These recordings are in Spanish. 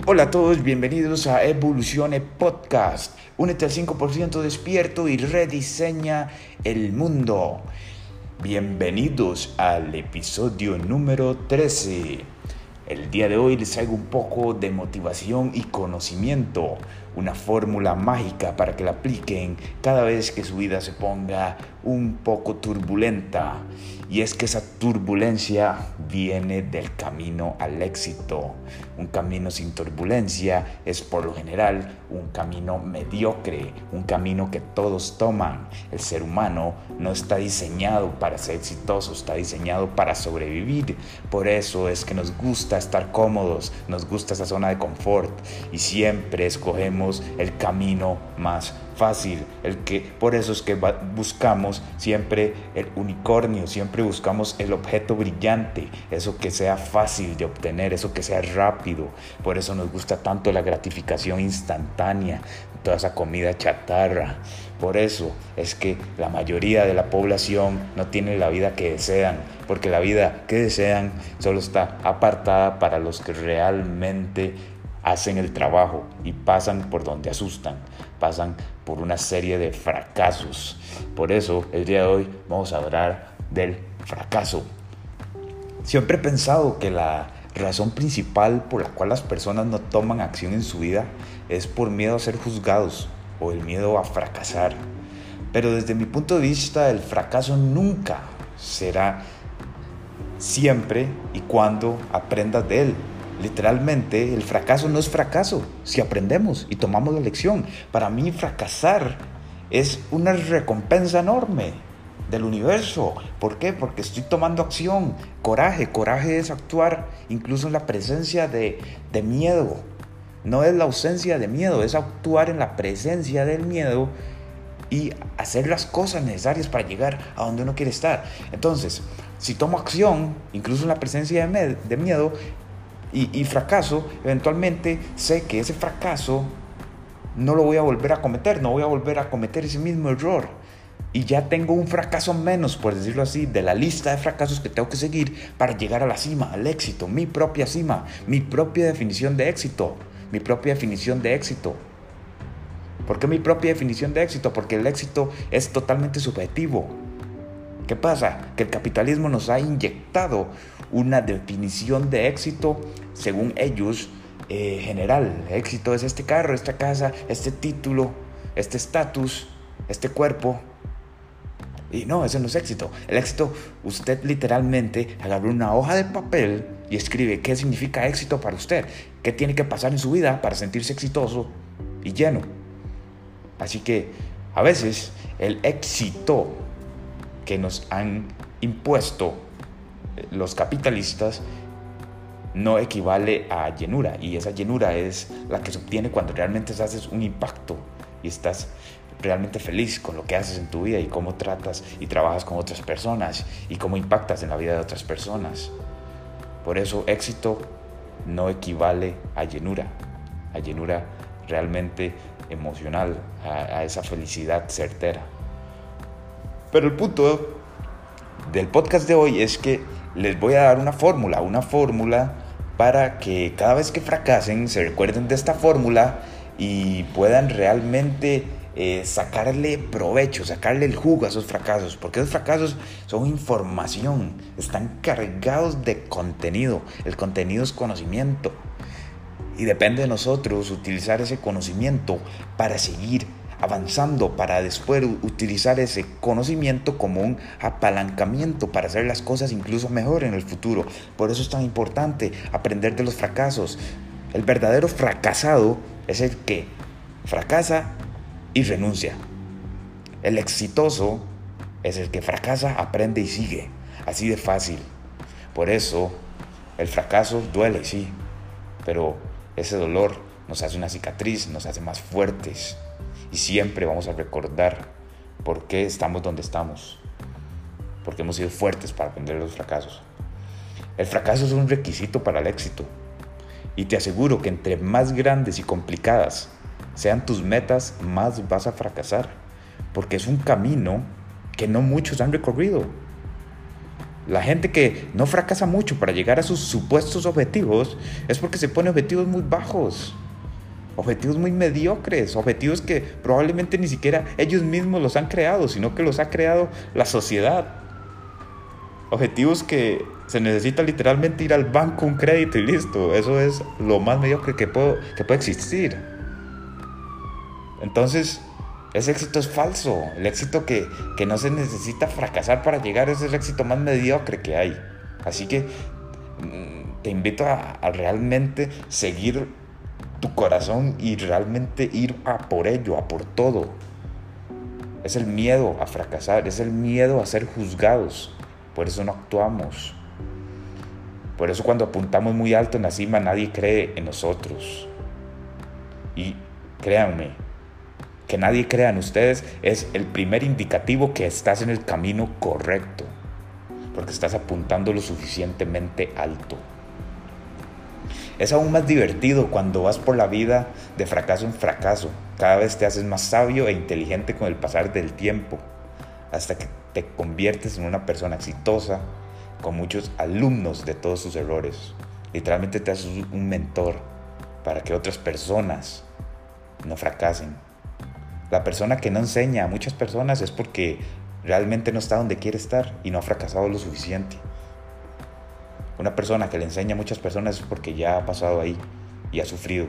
Hola a todos, bienvenidos a Evolucione Podcast. Únete al 5% despierto y rediseña el mundo. Bienvenidos al episodio número 13. El día de hoy les traigo un poco de motivación y conocimiento, una fórmula mágica para que la apliquen cada vez que su vida se ponga un poco turbulenta. Y es que esa turbulencia viene del camino al éxito. Un camino sin turbulencia es por lo general un camino mediocre, un camino que todos toman. El ser humano no está diseñado para ser exitoso, está diseñado para sobrevivir. Por eso es que nos gusta estar cómodos, nos gusta esa zona de confort y siempre escogemos el camino más fácil, por eso es que buscamos siempre el unicornio, siempre buscamos el objeto brillante, eso que sea fácil de obtener, eso que sea rápido. Por eso nos gusta tanto la gratificación instantánea, toda esa comida chatarra. Por eso es que la mayoría de la población no tiene la vida que desean, porque la vida que desean solo está apartada para los que realmente hacen el trabajo y pasan por donde asustan, pasan por una serie de fracasos. Por eso el día de hoy vamos a hablar del fracaso. Siempre he pensado que la razón principal por la cual las personas no toman acción en su vida es por miedo a ser juzgados o el miedo a fracasar. Pero desde mi punto de vista, el fracaso nunca será siempre y cuando aprendas de él. Literalmente, el fracaso no es fracaso si aprendemos y tomamos la lección. Para mí, fracasar es una recompensa enorme del universo. ¿Por qué? Porque estoy tomando acción. Coraje es actuar incluso en la presencia de miedo. No es la ausencia de miedo, es actuar en la presencia del miedo y hacer las cosas necesarias para llegar a donde uno quiere estar. Entonces, si tomo acción, incluso en la presencia de miedo, y fracaso, eventualmente sé que ese fracaso no lo voy a volver a cometer, no voy a volver a cometer ese mismo error. Y ya tengo un fracaso menos, por decirlo así, de la lista de fracasos que tengo que seguir para llegar a la cima, al éxito, mi propia cima, mi propia definición de éxito, mi propia definición de éxito. ¿Por qué mi propia definición de éxito? Porque el éxito es totalmente subjetivo. ¿Qué pasa? Que el capitalismo nos ha inyectado una definición de éxito según ellos general. El éxito es este carro, esta casa, este título, este estatus, este cuerpo. Y no, eso no es éxito. El éxito, usted literalmente agarra una hoja de papel y escribe qué significa éxito para usted, qué tiene que pasar en su vida para sentirse exitoso y lleno. Así que a veces el éxito que nos han impuesto los capitalistas no equivale a llenura, y esa llenura es la que se obtiene cuando realmente haces un impacto y estás realmente feliz con lo que haces en tu vida y cómo tratas y trabajas con otras personas y cómo impactas en la vida de otras personas. Por eso éxito no equivale a llenura realmente emocional, a esa felicidad certera. Pero el punto del podcast de hoy es que les voy a dar una fórmula para que cada vez que fracasen se recuerden de esta fórmula y puedan realmente sacarle provecho, sacarle el jugo a esos fracasos, porque esos fracasos son información, están cargados de contenido. El contenido es conocimiento y depende de nosotros utilizar ese conocimiento para seguir avanzando, para después utilizar ese conocimiento como un apalancamiento para hacer las cosas incluso mejor en el futuro. Por eso es tan importante aprender de los fracasos. El verdadero fracasado es el que fracasa y renuncia. El exitoso es el que fracasa, aprende y sigue. Así de fácil. Por eso el fracaso duele, sí, pero ese dolor nos hace una cicatriz, nos hace más fuertes. Y siempre vamos a recordar por qué estamos donde estamos. Porque hemos sido fuertes para aprender de los fracasos. El fracaso es un requisito para el éxito. Y te aseguro que entre más grandes y complicadas sean tus metas, más vas a fracasar. Porque es un camino que no muchos han recorrido. La gente que no fracasa mucho para llegar a sus supuestos objetivos es porque se pone objetivos muy bajos, objetivos muy mediocres, objetivos que probablemente ni siquiera ellos mismos los han creado, sino que los ha creado la sociedad. Objetivos que se necesita literalmente ir al banco, un crédito y listo. Eso es lo más mediocre que puede existir. Entonces, ese éxito es falso. El éxito que no se necesita fracasar para llegar es el éxito más mediocre que hay. Así que te invito a realmente seguir tu corazón y realmente ir a por ello, a por todo. Es el miedo a fracasar, es el miedo a ser juzgados. Por eso no actuamos. Por eso cuando apuntamos muy alto en la cima nadie cree en nosotros. Y créanme, que nadie crea en ustedes es el primer indicativo que estás en el camino correcto, porque estás apuntando lo suficientemente alto. Es aún más divertido cuando vas por la vida de fracaso en fracaso. Cada vez te haces más sabio e inteligente con el pasar del tiempo, hasta que te conviertes en una persona exitosa, con muchos alumnos de todos sus errores. Literalmente te haces un mentor para que otras personas no fracasen. La persona que no enseña a muchas personas es porque realmente no está donde quiere estar y no ha fracasado lo suficiente. Una persona que le enseña a muchas personas es porque ya ha pasado ahí y ha sufrido.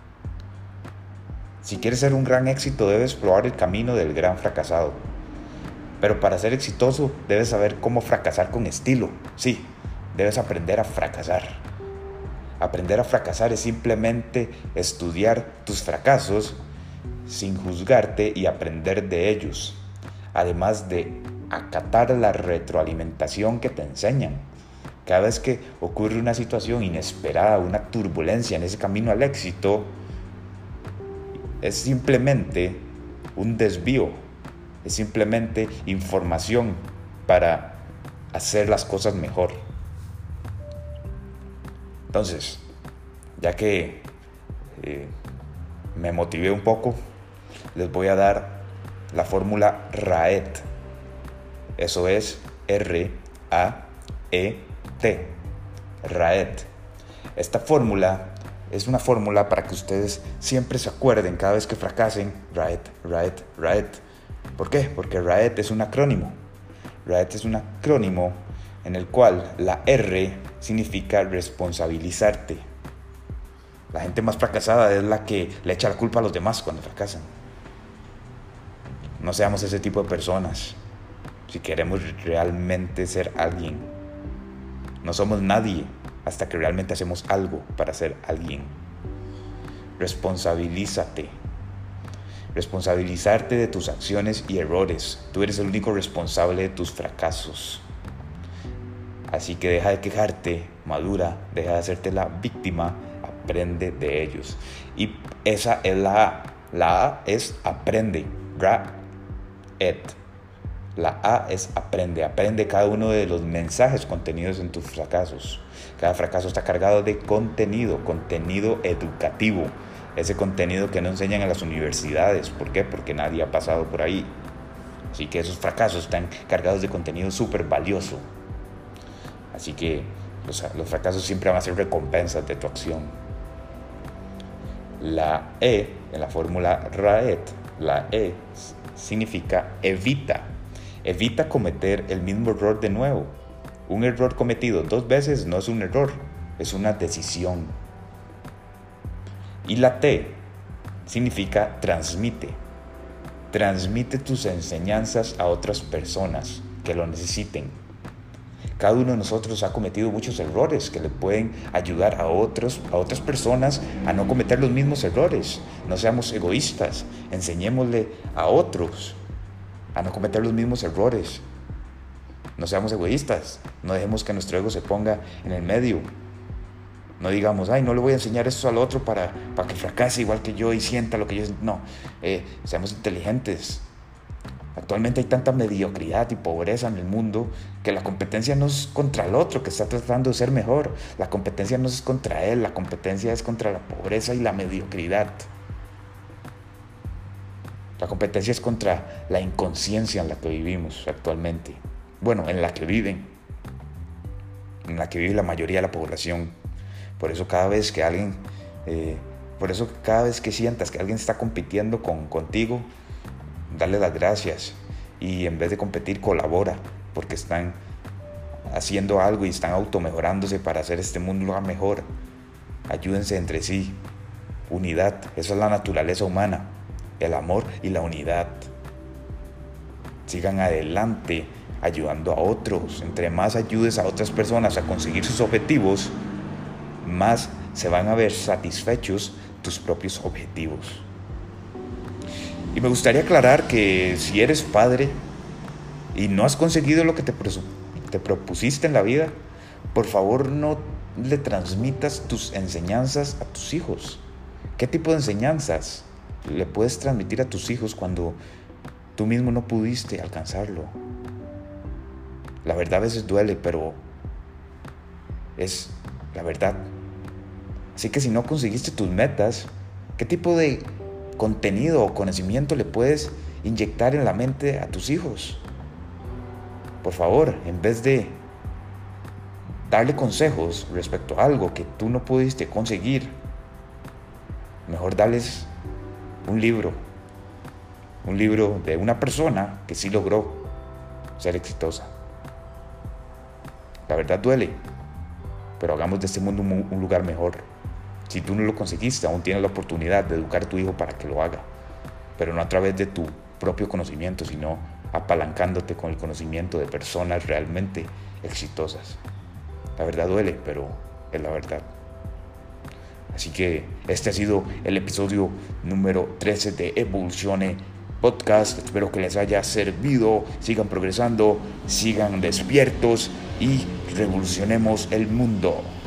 Si quieres ser un gran éxito, debes probar el camino del gran fracasado. Pero para ser exitoso, debes saber cómo fracasar con estilo. Sí, debes aprender a fracasar. Aprender a fracasar es simplemente estudiar tus fracasos sin juzgarte y aprender de ellos. Además de acatar la retroalimentación que te enseñan. Cada vez que ocurre una situación inesperada, una turbulencia en ese camino al éxito, es simplemente un desvío, es simplemente información para hacer las cosas mejor. Entonces, ya que me motivé un poco, les voy a dar la fórmula RAET. Eso es R-A-E-T. RAET. Esta fórmula es una fórmula para que ustedes siempre se acuerden cada vez que fracasen. RAET, RAET, RAET. ¿Por qué? Porque RAET es un acrónimo. RAET es un acrónimo en el cual la R significa responsabilizarte. La gente más fracasada es la que le echa la culpa a los demás cuando fracasan. No seamos ese tipo de personas si queremos realmente ser alguien. No somos nadie hasta que realmente hacemos algo para ser alguien. Responsabilízate. Responsabilizarte de tus acciones y errores. Tú eres el único responsable de tus fracasos. Así que deja de quejarte, madura, deja de hacerte la víctima, aprende de ellos. Y esa es la A. La A es aprende. RAET. La A es aprende. Aprende cada uno de los mensajes contenidos en tus fracasos. Cada fracaso está cargado de contenido educativo. Ese contenido que no enseñan en las universidades. ¿Por qué? Porque nadie ha pasado por ahí. Así que esos fracasos están cargados de contenido súper valioso. Así que los fracasos siempre van a ser recompensas de tu acción. La E en la fórmula RAET, la E significa evita. Evita cometer el mismo error de nuevo. Un error cometido 2 veces no es un error, es una decisión. Y la T significa transmite. Transmite tus enseñanzas a otras personas que lo necesiten. Cada uno de nosotros ha cometido muchos errores que le pueden ayudar a otras personas a no cometer los mismos errores. No seamos egoístas, enseñémosle a otros a no cometer los mismos errores. No seamos egoístas, no dejemos que nuestro ego se ponga en el medio. No digamos, ay, no le voy a enseñar esto al otro para que fracase igual que yo y sienta lo que yo... No, seamos inteligentes. Actualmente hay tanta mediocridad y pobreza en el mundo que la competencia no es contra el otro que está tratando de ser mejor. La competencia no es contra él, la competencia es contra la pobreza y la mediocridad. La competencia es contra la inconsciencia en la que vivimos actualmente. Bueno, en la que viven. en la que vive la mayoría de la población. Por eso cada vez que sientas que alguien está compitiendo contigo, dale las gracias y en vez de competir, colabora, porque están haciendo algo y están automejorándose para hacer este mundo un lugar mejor. Ayúdense entre sí. Unidad, esa es la naturaleza humana, el amor y la unidad. Sigan adelante ayudando a otros. Entre más ayudes a otras personas a conseguir sus objetivos, más se van a ver satisfechos tus propios objetivos. Y me gustaría aclarar que si eres padre y no has conseguido lo que te propusiste en la vida, por favor no le transmitas tus enseñanzas a tus hijos. ¿Qué tipo de enseñanzas le puedes transmitir a tus hijos cuando tú mismo no pudiste alcanzarlo? La verdad a veces duele, pero es la verdad. Así que si no conseguiste tus metas, ¿qué tipo de contenido o conocimiento le puedes inyectar en la mente a tus hijos? Por favor, en vez de darle consejos respecto a algo que tú no pudiste conseguir, mejor darles un libro de una persona que sí logró ser exitosa. La verdad duele, pero hagamos de este mundo un lugar mejor. Si tú no lo conseguiste, aún tienes la oportunidad de educar a tu hijo para que lo haga, pero no a través de tu propio conocimiento, sino apalancándote con el conocimiento de personas realmente exitosas. La verdad duele, pero es la verdad. Así que este ha sido el episodio número 13 de Evolucione Podcast. Espero que les haya servido. Sigan progresando, sigan despiertos y revolucionemos el mundo.